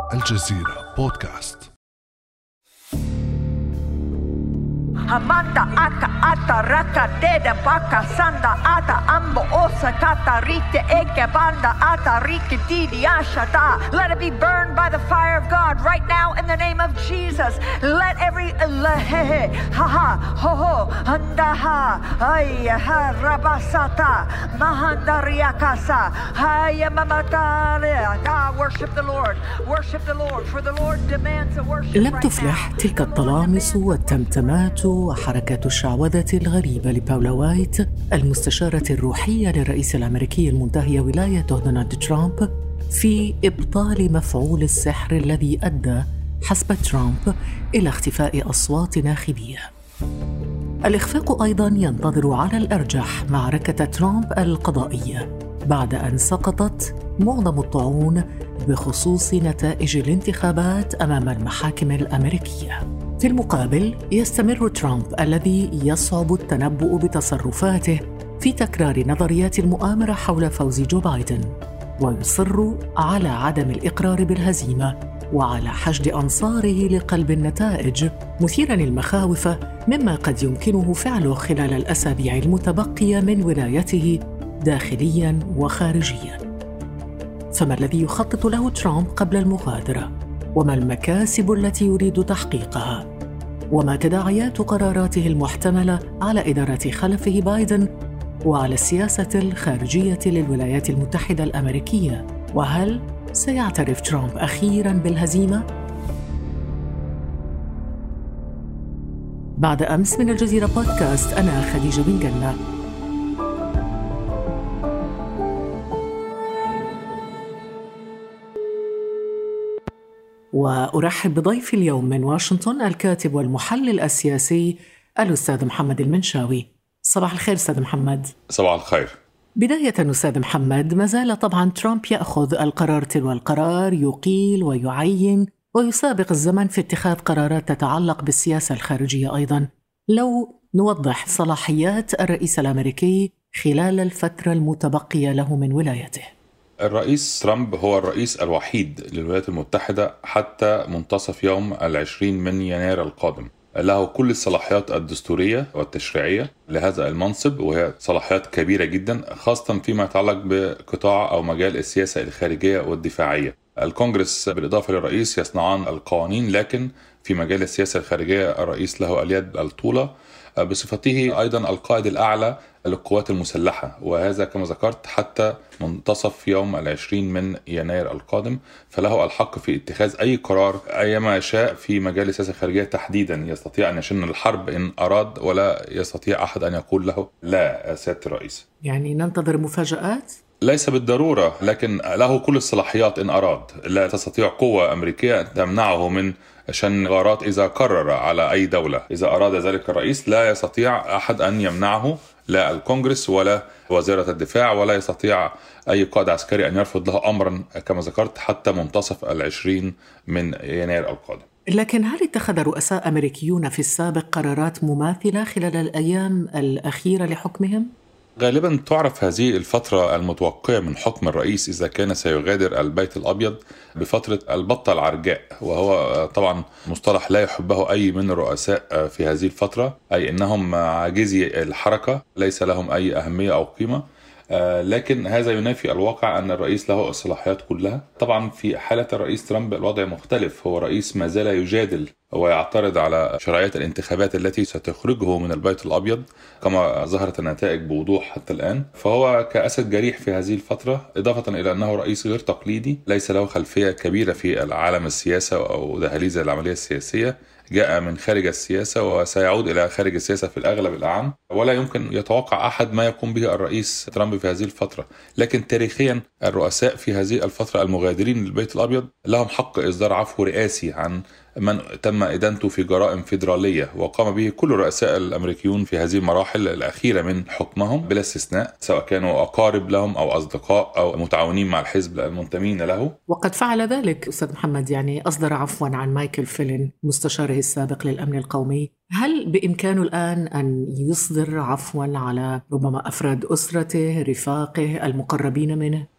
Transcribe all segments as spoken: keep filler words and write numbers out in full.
الجزيرة بودكاست. Amanda aka ata raka deda baka sanda ata ambo osa kata rite eke banda ata rike didi ashata. Let it be burned by the fire of God right now in the name of Jesus. Let every lehe ha ha ho ho anda ha ay ha rabasata mahandariakasa hay mamatare. God, worship the Lord, worship the Lord, for the Lord demands a worship. لم تفلح تلك الطلامس والتمتمات وحركات الشعوذة الغريبة لباولا وايت المستشارة الروحية للرئيس الأمريكي المنتهي ولايته دونالد ترامب في إبطال مفعول السحر الذي أدى حسب ترامب إلى اختفاء أصوات ناخبيه. الإخفاق أيضاً ينتظر على الأرجح معركة ترامب القضائية بعد أن سقطت معظم الطعون بخصوص نتائج الانتخابات أمام المحاكم الأمريكية. في المقابل يستمر ترامب الذي يصعب التنبؤ بتصرفاته في تكرار نظريات المؤامرة حول فوز جو بايدن، ويصر على عدم الإقرار بالهزيمة وعلى حشد أنصاره لقلب النتائج، مثيراً المخاوف مما قد يمكنه فعله خلال الأسابيع المتبقية من ولايته داخلياً وخارجياً. فما الذي يخطط له ترامب قبل المغادرة؟ وما المكاسب التي يريد تحقيقها؟ وما تداعيات قراراته المحتملة على إدارة خلفه بايدن وعلى السياسة الخارجية للولايات المتحدة الأمريكية؟ وهل سيعترف ترامب أخيراً بالهزيمة؟ بعد أمس من الجزيرة بودكاست، أنا خديجة بن جنة. وأرحب بضيفي اليوم من واشنطن الكاتب والمحلل السياسي الأستاذ محمد المنشاوي. صباح الخير أستاذ محمد. صباح الخير. بداية أستاذ محمد، ما زال طبعا ترامب يأخذ القرار تلو القرار، يقيل ويعين ويسابق الزمن في اتخاذ قرارات تتعلق بالسياسة الخارجية أيضا. لو نوضح صلاحيات الرئيس الأمريكي خلال الفترة المتبقية له من ولايته. الرئيس ترامب هو الرئيس الوحيد للولايات المتحدة حتى منتصف يوم العشرين من يناير القادم. له كل الصلاحيات الدستورية والتشريعية لهذا المنصب، وهي صلاحيات كبيرة جدا، خاصة فيما يتعلق بقطاع أو مجال السياسة الخارجية والدفاعية. الكونغرس بالإضافة للرئيس يصنعان القوانين، لكن في مجال السياسة الخارجية الرئيس له اليد الطولة بصفته أيضا القائد الأعلى للقوات المسلحة، وهذا كما ذكرت حتى منتصف يوم العشرين من يناير القادم. فله الحق في اتخاذ أي قرار أيما شاء في مجال السياسة الخارجية تحديدا. يستطيع أن يشن الحرب إن أراد، ولا يستطيع أحد أن يقول له لا سيادة الرئيس. يعني ننتظر مفاجآت؟ ليس بالضرورة، لكن له كل الصلاحيات إن أراد. لا تستطيع قوة أمريكية أن تمنعه من شن غارات إذا قرر على أي دولة. إذا أراد ذلك الرئيس لا يستطيع أحد أن يمنعه، لا الكونغرس ولا وزارة الدفاع، ولا يستطيع أي قائد عسكري أن يرفض له أمرا كما ذكرت حتى منتصف العشرين من يناير القادم. لكن هل اتخذ رؤساء أمريكيون في السابق قرارات مماثلة خلال الأيام الأخيرة لحكمهم؟ غالبا تعرف هذه الفترة المتوقعة من حكم الرئيس إذا كان سيغادر البيت الأبيض بفترة البطة العرجاء، وهو طبعا مصطلح لا يحبه أي من الرؤساء في هذه الفترة، أي أنهم عاجزي الحركة ليس لهم أي أهمية أو قيمة. لكن هذا ينافي الواقع أن الرئيس له الصلاحيات كلها. طبعا في حالة الرئيس ترامب الوضع مختلف، هو رئيس ما زال يجادل ويعترض على شرعية الانتخابات التي ستخرجه من البيت الأبيض كما ظهرت النتائج بوضوح حتى الآن. فهو كأسد جريح في هذه الفترة، إضافة إلى أنه رئيس غير تقليدي، ليس له خلفية كبيرة في العالم السياسة أو دهاليز العملية السياسية، جاء من خارج السياسة وسيعود إلى خارج السياسة في الأغلب الأعم، ولا يمكن يتوقع أحد ما يقوم به الرئيس ترامب في هذه الفترة. لكن تاريخيا الرؤساء في هذه الفترة المغادرين للبيت الأبيض لهم حق إصدار عفو رئاسي عن من تم إدانته في جرائم فيدرالية، وقام به كل الرؤساء الأمريكيون في هذه المراحل الأخيرة من حكمهم بلا استثناء، سواء كانوا أقارب لهم أو أصدقاء أو متعاونين مع الحزب المنتمين له. وقد فعل ذلك أستاذ محمد، يعني أصدر عفوا عن مايكل فيلين مستشاره السابق للأمن القومي. هل بإمكانه الآن أن يصدر عفوا على ربما أفراد أسرته، رفاقه، المقربين منه؟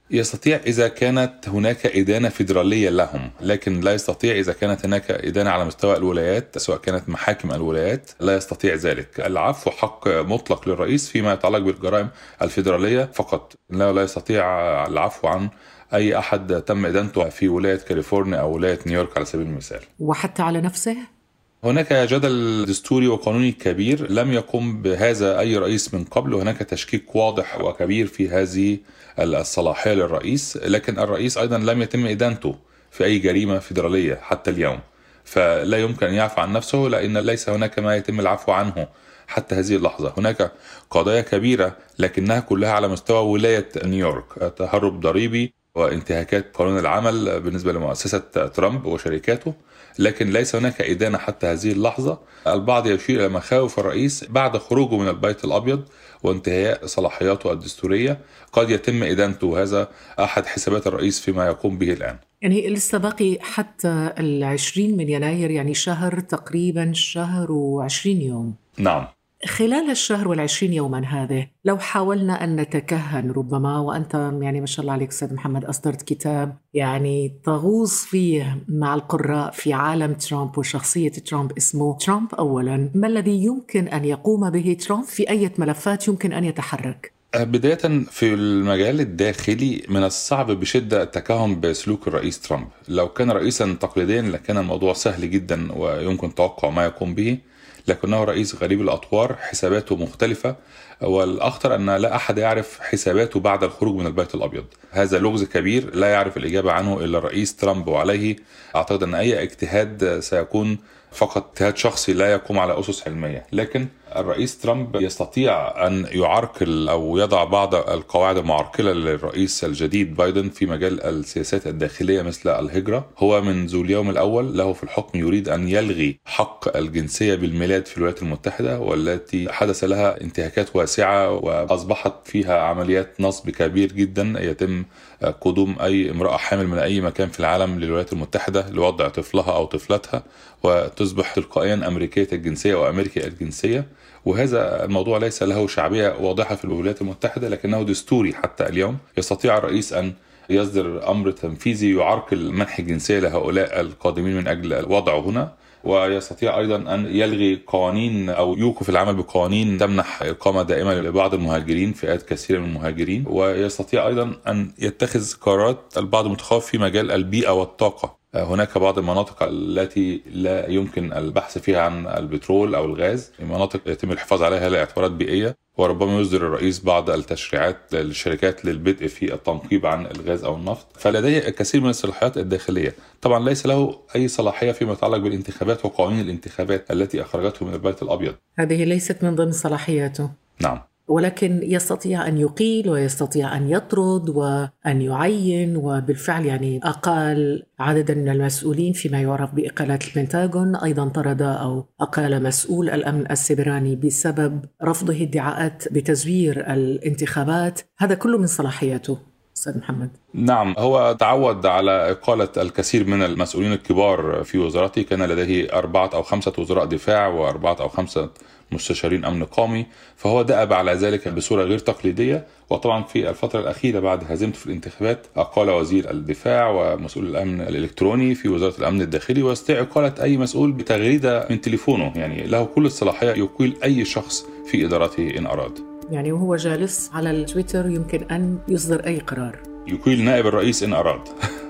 يستطيع إذا كانت هناك إدانة فيدرالية لهم، لكن لا يستطيع إذا كانت هناك إدانة على مستوى الولايات سواء كانت محاكم الولايات، لا يستطيع ذلك. العفو حق مطلق للرئيس فيما يتعلق بالجرائم الفيدرالية فقط، لا لا يستطيع العفو عن أي أحد تم إدانته في ولاية كاليفورنيا أو ولاية نيويورك على سبيل المثال. وحتى على نفسه؟ هناك جدل دستوري وقانوني كبير لم يقم بهذا أي رئيس من قبل، وهناك تشكيك واضح وكبير في هذه الصلاحية للرئيس، لكن الرئيس أيضا لم يتم إدانته في أي جريمة فيدرالية حتى اليوم، فلا يمكن أن يعفو عن نفسه، لأن ليس هناك ما يتم العفو عنه حتى هذه اللحظة. هناك قضايا كبيرة لكنها كلها على مستوى ولاية نيويورك، تهرب ضريبي وانتهاكات قانون العمل بالنسبة لمؤسسة ترامب وشركاته، لكن ليس هناك إدانة حتى هذه اللحظة. البعض يشير إلى مخاوف الرئيس بعد خروجه من البيت الأبيض وانتهاء صلاحياته الدستورية قد يتم إدانته. هذا أحد حسابات الرئيس فيما يقوم به الآن. يعني لسه باقي حتى العشرين من يناير، يعني شهر تقريبا، شهر وعشرين يوم. نعم. خلال الشهر والعشرين يوما هذه لو حاولنا أن نتكهن ربما، وأنت يعني ما شاء الله عليك أستاذ محمد أصدرت كتاب يعني تغوص فيه مع القراء في عالم ترامب وشخصية ترامب اسمه ترامب أولا، ما الذي يمكن أن يقوم به ترامب في أي ملفات يمكن أن يتحرك؟ بداية في المجال الداخلي من الصعب بشدة التكهن بسلوك الرئيس ترامب. لو كان رئيسا تقليديا لكان الموضوع سهل جدا ويمكن توقع ما يقوم به، لكنه رئيس غريب الأطوار، حساباته مختلفة، والأخطر أن لا أحد يعرف حساباته بعد الخروج من البيت الأبيض. هذا لغز كبير لا يعرف الإجابة عنه إلا الرئيس ترامب، وعليه أعتقد أن أي اجتهاد سيكون فقط اجتهاد شخصي لا يقوم على أسس علمية. لكن الرئيس ترامب يستطيع أن يعرقل أو يضع بعض القواعد المعرقلة للرئيس الجديد بايدن في مجال السياسات الداخلية مثل الهجرة. هو منذ اليوم الأول له في الحكم يريد أن يلغي حق الجنسية بالميلاد في الولايات المتحدة، والتي حدث لها انتهاكات واسعة وأصبحت فيها عمليات نصب كبير جدا، يتم قدوم أي امرأة حامل من أي مكان في العالم للولايات المتحدة لوضع طفلها أو طفلتها وتصبح تلقائيا أمريكية الجنسية وأمريكي الجنسية. وهذا الموضوع ليس له شعبية واضحة في الولايات المتحدة، لكنه دستوري حتى اليوم. يستطيع الرئيس أن يصدر أمر تنفيذي يعرقل منح الجنسية لهؤلاء القادمين من أجل وضعه هنا، ويستطيع أيضا أن يلغي قوانين أو يوقف العمل بقوانين تمنح إقامة دائمة لبعض المهاجرين، فئات كثيرة من المهاجرين. ويستطيع أيضا أن يتخذ قرارات البعض متخوف في مجال البيئة والطاقة. هناك بعض المناطق التي لا يمكن البحث فيها عن البترول أو الغاز، مناطق يتم الحفاظ عليها لاعتبارات بيئية، وربما يصدر الرئيس بعض التشريعات للشركات للبدء في التنقيب عن الغاز أو النفط. فلديه الكثير من الصلاحيات الداخلية. طبعا ليس له أي صلاحية فيما يتعلق بالانتخابات وقوانين الانتخابات التي أخرجته من البيت الأبيض. هذه ليست من ضمن صلاحياته. نعم. ولكن يستطيع أن يقيل ويستطيع أن يطرد وأن يعين، وبالفعل يعني أقال عددا من المسؤولين فيما يعرف بإقالات البنتاغون. أيضا طرد أو أقال مسؤول الأمن السيبراني بسبب رفضه ادعاءات بتزوير الانتخابات. هذا كله من صلاحياته أستاذ محمد. نعم، هو تعود على إقالة الكثير من المسؤولين الكبار في وزارته. كان لديه أربعة أو خمسة وزراء دفاع وأربعة أو خمسة مستشارين أمن قومي، فهو دأب على ذلك بصورة غير تقليدية. وطبعا في الفترة الأخيرة بعد هزيمته في الانتخابات أقال وزير الدفاع ومسؤول الأمن الإلكتروني في وزارة الأمن الداخلي، واستطاع إقالة أي مسؤول بتغريدة من تليفونه. يعني له كل الصلاحية يقيل أي شخص في إدارته إن أراد. يعني وهو جالس على التويتر يمكن أن يصدر أي قرار. يقيل نائب الرئيس إن أراد.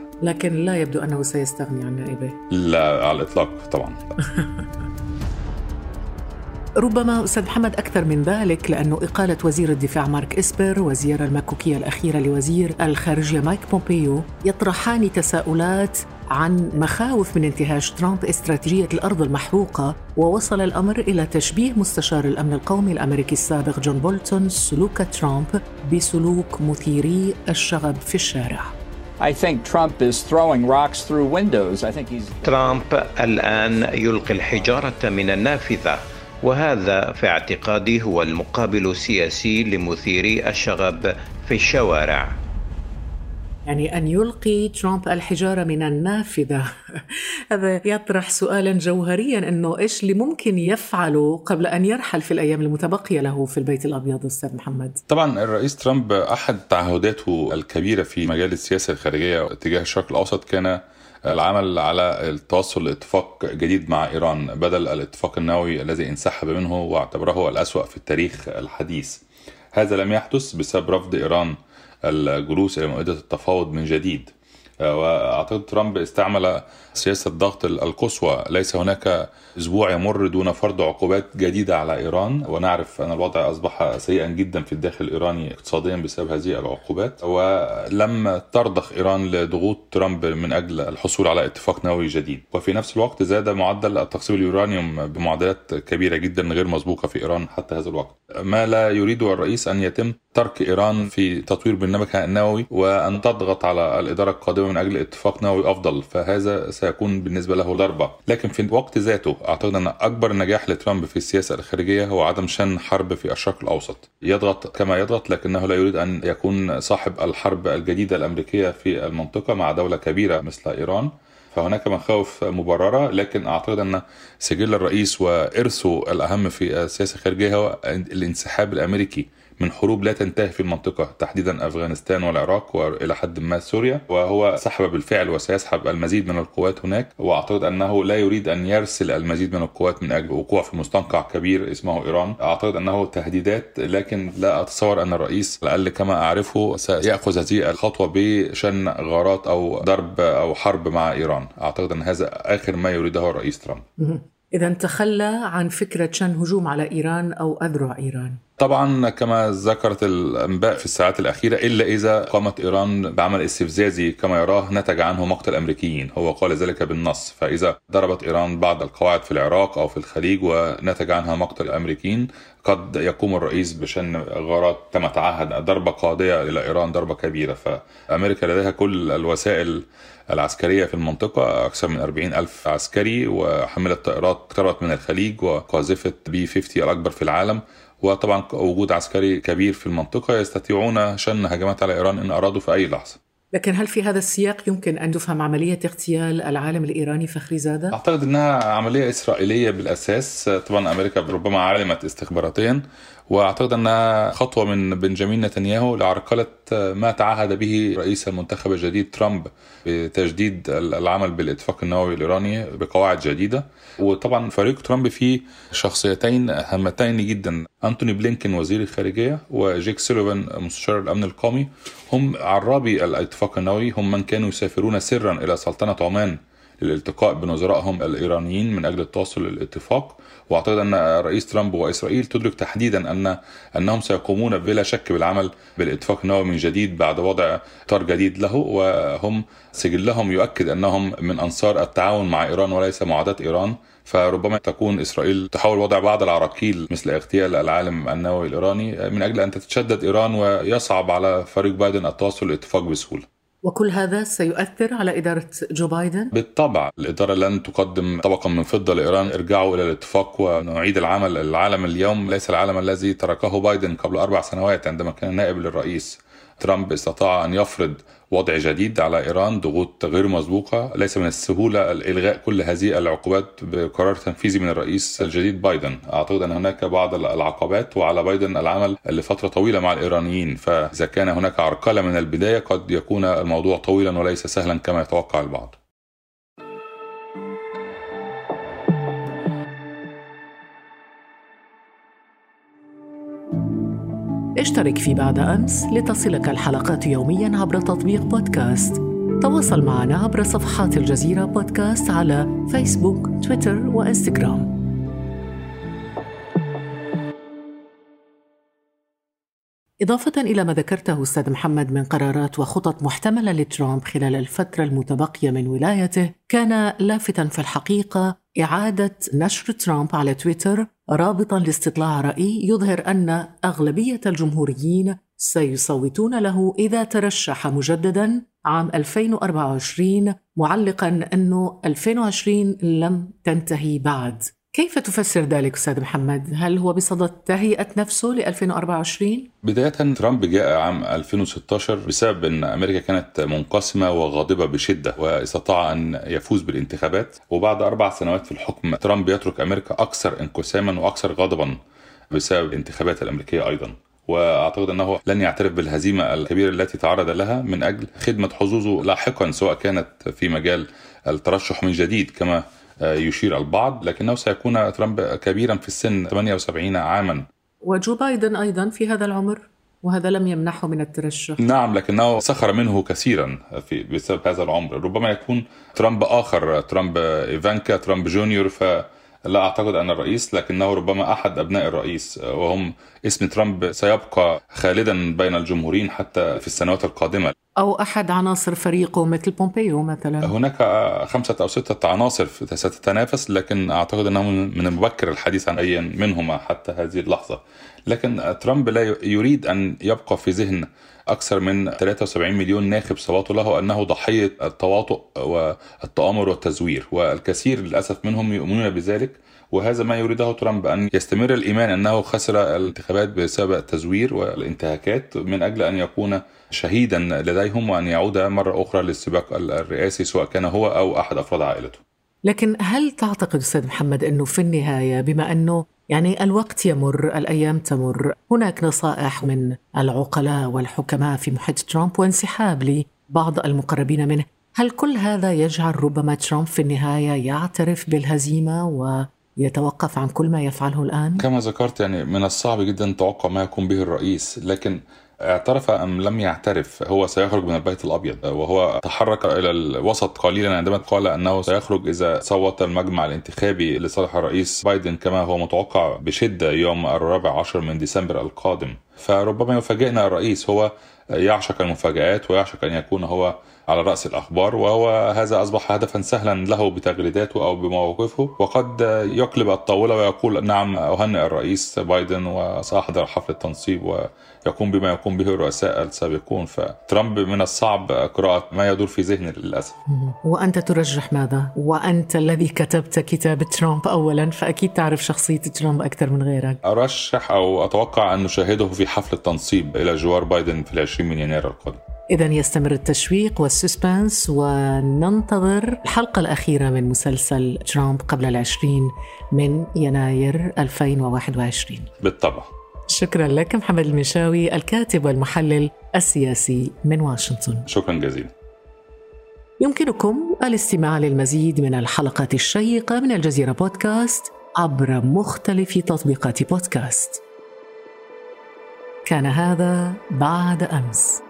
لكن لا يبدو أنه سيستغني عن نائبه. لا على الإطلاق طبعا. ربما أستاذ محمد أكثر من ذلك، لأنه إقالة وزير الدفاع مارك إسبر والزيارة المكوكية الأخيرة لوزير الخارجية مايك بومبيو يطرحان تساؤلات عن مخاوف من انتهاج ترامب استراتيجية الأرض المحروقة. ووصل الأمر إلى تشبيه مستشار الأمن القومي الأمريكي السابق جون بولتون سلوك ترامب بسلوك مثيري الشغب في الشارع. I think Trump is throwing rocks through windows. I think he's... ترامب الآن يلقي الحجارة من النافذة، وهذا في اعتقادي هو المقابل السياسي لمثيري الشغب في الشوارع. يعني أن يلقي ترامب الحجارة من النافذة هذا يطرح سؤالا جوهريا، أنه إيش اللي ممكن يفعله قبل أن يرحل في الأيام المتبقية له في البيت الأبيض أستاذ محمد؟ طبعا الرئيس ترامب أحد تعهداته الكبيرة في مجال السياسة الخارجية تجاه الشرق الأوسط كان العمل على التوصل لاتفاق جديد مع إيران بدل الاتفاق النووي الذي انسحب منه واعتبره الأسوأ في التاريخ الحديث. هذا لم يحدث بسبب رفض إيران الجلوس إلى مائدة التفاوض من جديد، وأعتقد ترامب استعمل سياسة الضغط القصوى. ليس هناك أسبوع يمر دون فرض عقوبات جديدة على إيران، ونعرف أن الوضع أصبح سيئا جدا في الداخل الإيراني اقتصاديا بسبب هذه العقوبات، ولم ترضخ إيران لضغوط ترامب من أجل الحصول على اتفاق نووي جديد. وفي نفس الوقت زاد معدل تقسيم اليورانيوم بمعدلات كبيرة جدا غير مسبوقة في إيران حتى هذا الوقت. ما لا يريده الرئيس أن يتم ترك إيران في تطوير برنامجها النووي وأن تضغط على الإدارة القادمة من أجل اتفاق نووي أفضل، فهذا سيكون بالنسبة له ضربة. لكن في الوقت ذاته أعتقد أن أكبر نجاح لترامب في السياسة الخارجية هو عدم شن حرب في الشرق الأوسط. يضغط كما يضغط لكنه لا يريد أن يكون صاحب الحرب الجديدة الأمريكية في المنطقة مع دولة كبيرة مثل إيران. فهناك مخاوف مبررة، لكن أعتقد أن سجل الرئيس وإرثه الأهم في السياسة الخارجية هو الانسحاب الأمريكي من حروب لا تنتهي في المنطقة، تحديدا أفغانستان والعراق وإلى حد ما سوريا، وهو سحب بالفعل وسيسحب المزيد من القوات هناك. وأعتقد أنه لا يريد أن يرسل المزيد من القوات من أجل وقوع في مستنقع كبير اسمه إيران. أعتقد أنه تهديدات، لكن لا أتصور أن الرئيس لأقل كما أعرفه سيأخذ هذه الخطوة بشن غارات أو ضرب أو حرب مع إيران. أعتقد أن هذا آخر ما يريده الرئيس ترامب. إذا تخلى عن فكرة شن هجوم على إيران أو أذرع إيران. طبعا كما ذكرت الأنباء في الساعات الأخيرة، إلا إذا قامت إيران بعمل استفزازي كما يراه نتج عنه مقتل أمريكيين، هو قال ذلك بالنص. فإذا ضربت إيران بعض القواعد في العراق أو في الخليج ونتج عنها مقتل أمريكيين، قد يقوم الرئيس بشن غارات كما تعهد، ضربة قاضية إلى إيران، ضربة كبيرة. فأمريكا لديها كل الوسائل العسكرية في المنطقة، أكثر من أربعين ألف عسكري وحملة طائرات اقتربت من الخليج وقاذفة بي خمسين الأكبر في العالم، وطبعا وجود عسكري كبير في المنطقة يستطيعون شن هجمات على إيران إن أرادوا في أي لحظة. لكن هل في هذا السياق يمكن أن تفهم عملية اغتيال العالم الإيراني فخري زادة؟ أعتقد أنها عملية إسرائيلية بالأساس. طبعا أمريكا ربما علمت استخباراتيا، وأعتقد أنها خطوة من بنجامين نتنياهو لعرقلة ما تعهد به رئيس المنتخب الجديد ترامب بتجديد العمل بالاتفاق النووي الإيراني بقواعد جديدة. وطبعا فريق ترامب فيه شخصيتين هامتين جدا، أنتوني بلينكين وزير الخارجية وجيك سوليفان مستشار الأمن القومي، هم عرابي الاتفاق النووي، هم من كانوا يسافرون سرا إلى سلطنة عمان للالتقاء بنظرائهم الإيرانيين من أجل التوصل للاتفاق. واعتقد أن رئيس ترامب وإسرائيل تدرك تحديدا أن أنهم سيقومون بلا شك بالعمل بالاتفاق النووي من جديد بعد وضع إطار جديد له، وهم سجلهم يؤكد أنهم من أنصار التعاون مع إيران وليس معاداة إيران. فربما تكون إسرائيل تحاول وضع بعض العراقيل مثل اغتيال العالم النووي الإيراني من أجل أن تتشدد إيران ويصعب على فريق بايدن التوصل للاتفاق بسهولة. وكل هذا سيؤثر على إدارة جو بايدن؟ بالطبع الإدارة لن تقدم طبقا من فضة لإيران. ارجعوا إلى الاتفاق ونعيد العمل. العالم اليوم ليس العالم الذي تركه بايدن قبل أربع سنوات عندما كان نائب للرئيس. ترامب استطاع أن يفرض وضع جديد على إيران، ضغوط غير مسبوقة. ليس من السهولة الإلغاء كل هذه العقوبات بقرار تنفيذي من الرئيس الجديد بايدن. أعتقد أن هناك بعض العقبات، وعلى بايدن العمل لفترة طويلة مع الإيرانيين. فإذا كان هناك عرقلة من البداية قد يكون الموضوع طويلا وليس سهلا كما يتوقع البعض. اشترك في بعد أمس لتصلك الحلقات يومياً عبر تطبيق بودكاست. تواصل معنا عبر صفحات الجزيرة بودكاست على فيسبوك، تويتر وإنستغرام. إضافة إلى ما ذكرته أستاذ محمد من قرارات وخطط محتملة لترامب خلال الفترة المتبقية من ولايته، كان لافتاً في الحقيقة إعادة نشر ترامب على تويتر رابطاً لاستطلاع رأي يظهر أن أغلبية الجمهوريين سيصوتون له إذا ترشح مجدداً عام ألفين وأربعة وعشرين، معلقاً أنه ألفين وعشرين لم تنتهي بعد. كيف تفسر ذلك أستاذ محمد؟ هل هو بصدد تهيئة نفسه ل ألفين وأربعة وعشرين؟ بداية ترامب جاء عام ألفين وستة عشر بسبب أن أمريكا كانت منقسمة وغاضبة بشدة، واستطاع أن يفوز بالانتخابات. وبعد أربع سنوات في الحكم ترامب يترك أمريكا أكثر انقساما وأكثر غضبا بسبب الانتخابات الأمريكية أيضا. وأعتقد أنه لن يعترف بالهزيمة الكبيرة التي تعرض لها من أجل خدمة حظوظه لاحقا، سواء كانت في مجال الترشح من جديد كما يشير البعض، لكنه سيكون ترامب كبيرا في السن ثمانية وسبعين عاما. وجو بايدن أيضا في هذا العمر، وهذا لم يمنحه من الترشح. نعم، لكنه سخر منه كثيرا في بسبب هذا العمر. ربما يكون ترامب آخر، ترامب إيفانكا، ترامب جونيور، فلا أعتقد أن الرئيس، لكنه ربما أحد أبناء الرئيس، وهم اسم ترامب سيبقى خالدا بين الجمهوريين حتى في السنوات القادمة. أو أحد عناصر فريقه مثل بومبيو مثلا. هناك خمسة أو ستة عناصر ستتنافس، لكن أعتقد أنه من المبكر الحديث عن أي منهما حتى هذه اللحظة. لكن ترامب لا يريد أن يبقى في ذهن أكثر من ثلاثة وسبعين مليون ناخب صوتوا له أنه ضحية التواطؤ والتآمر والتزوير، والكثير للأسف منهم يؤمنون بذلك. وهذا ما يريده ترامب، أن يستمر الإيمان أنه خسر الانتخابات بسبب التزوير والانتهاكات من أجل أن يكون شهيدا لديهم، وأن يعود مرة أخرى للسباق الرئاسي سواء كان هو أو أحد أفراد عائلته. لكن هل تعتقد أستاذ محمد أنه في النهاية، بما أنه يعني الوقت يمر، الأيام تمر، هناك نصائح من العقلاء والحكماء في محيط ترامب وانسحاب لبعض المقربين منه، هل كل هذا يجعل ربما ترامب في النهاية يعترف بالهزيمة ويتوقف عن كل ما يفعله الآن؟ كما ذكرت، يعني من الصعب جدا توقع ما يكون به الرئيس، لكن اعترف أم لم يعترف هو سيخرج من البيت الأبيض، وهو تحرك إلى الوسط قليلا عندما قال أنه سيخرج إذا صوت المجمع الانتخابي لصالح الرئيس بايدن كما هو متوقع بشدة يوم الرابع عشر من ديسمبر القادم. فربما يفاجئنا الرئيس، هو يعشق المفاجآت ويعشق أن يكون هو على رأس الأخبار، وهو هذا أصبح هدفا سهلا له بتغريداته أو بمواقفه، وقد يقلب الطاولة ويقول نعم أهنئ الرئيس بايدن وسأحضر حفل التنصيب، ويقوم بما يقوم به الرؤساء السابقون. فترامب من الصعب قراءة ما يدور في ذهنه للأسف. وأنت ترجح ماذا؟ وأنت الذي كتبت كتاب ترامب أولا، فأكيد تعرف شخصية ترامب أكثر من غيرك. أرشح أو أتوقع أن نشاهده في حفل التنصيب إلى جوار بايدن في العشرين من يناير القادم. إذن يستمر التشويق والسسبنس، وننتظر الحلقة الأخيرة من مسلسل ترامب قبل العشرين من يناير ألفين وواحد وعشرين. بالطبع. شكرا لك محمد المنشاوي، الكاتب والمحلل السياسي من واشنطن. شكرا جزيلا. يمكنكم الاستماع للمزيد من الحلقات الشيقة من الجزيرة بودكاست عبر مختلف تطبيقات بودكاست. كان هذا بعد أمس.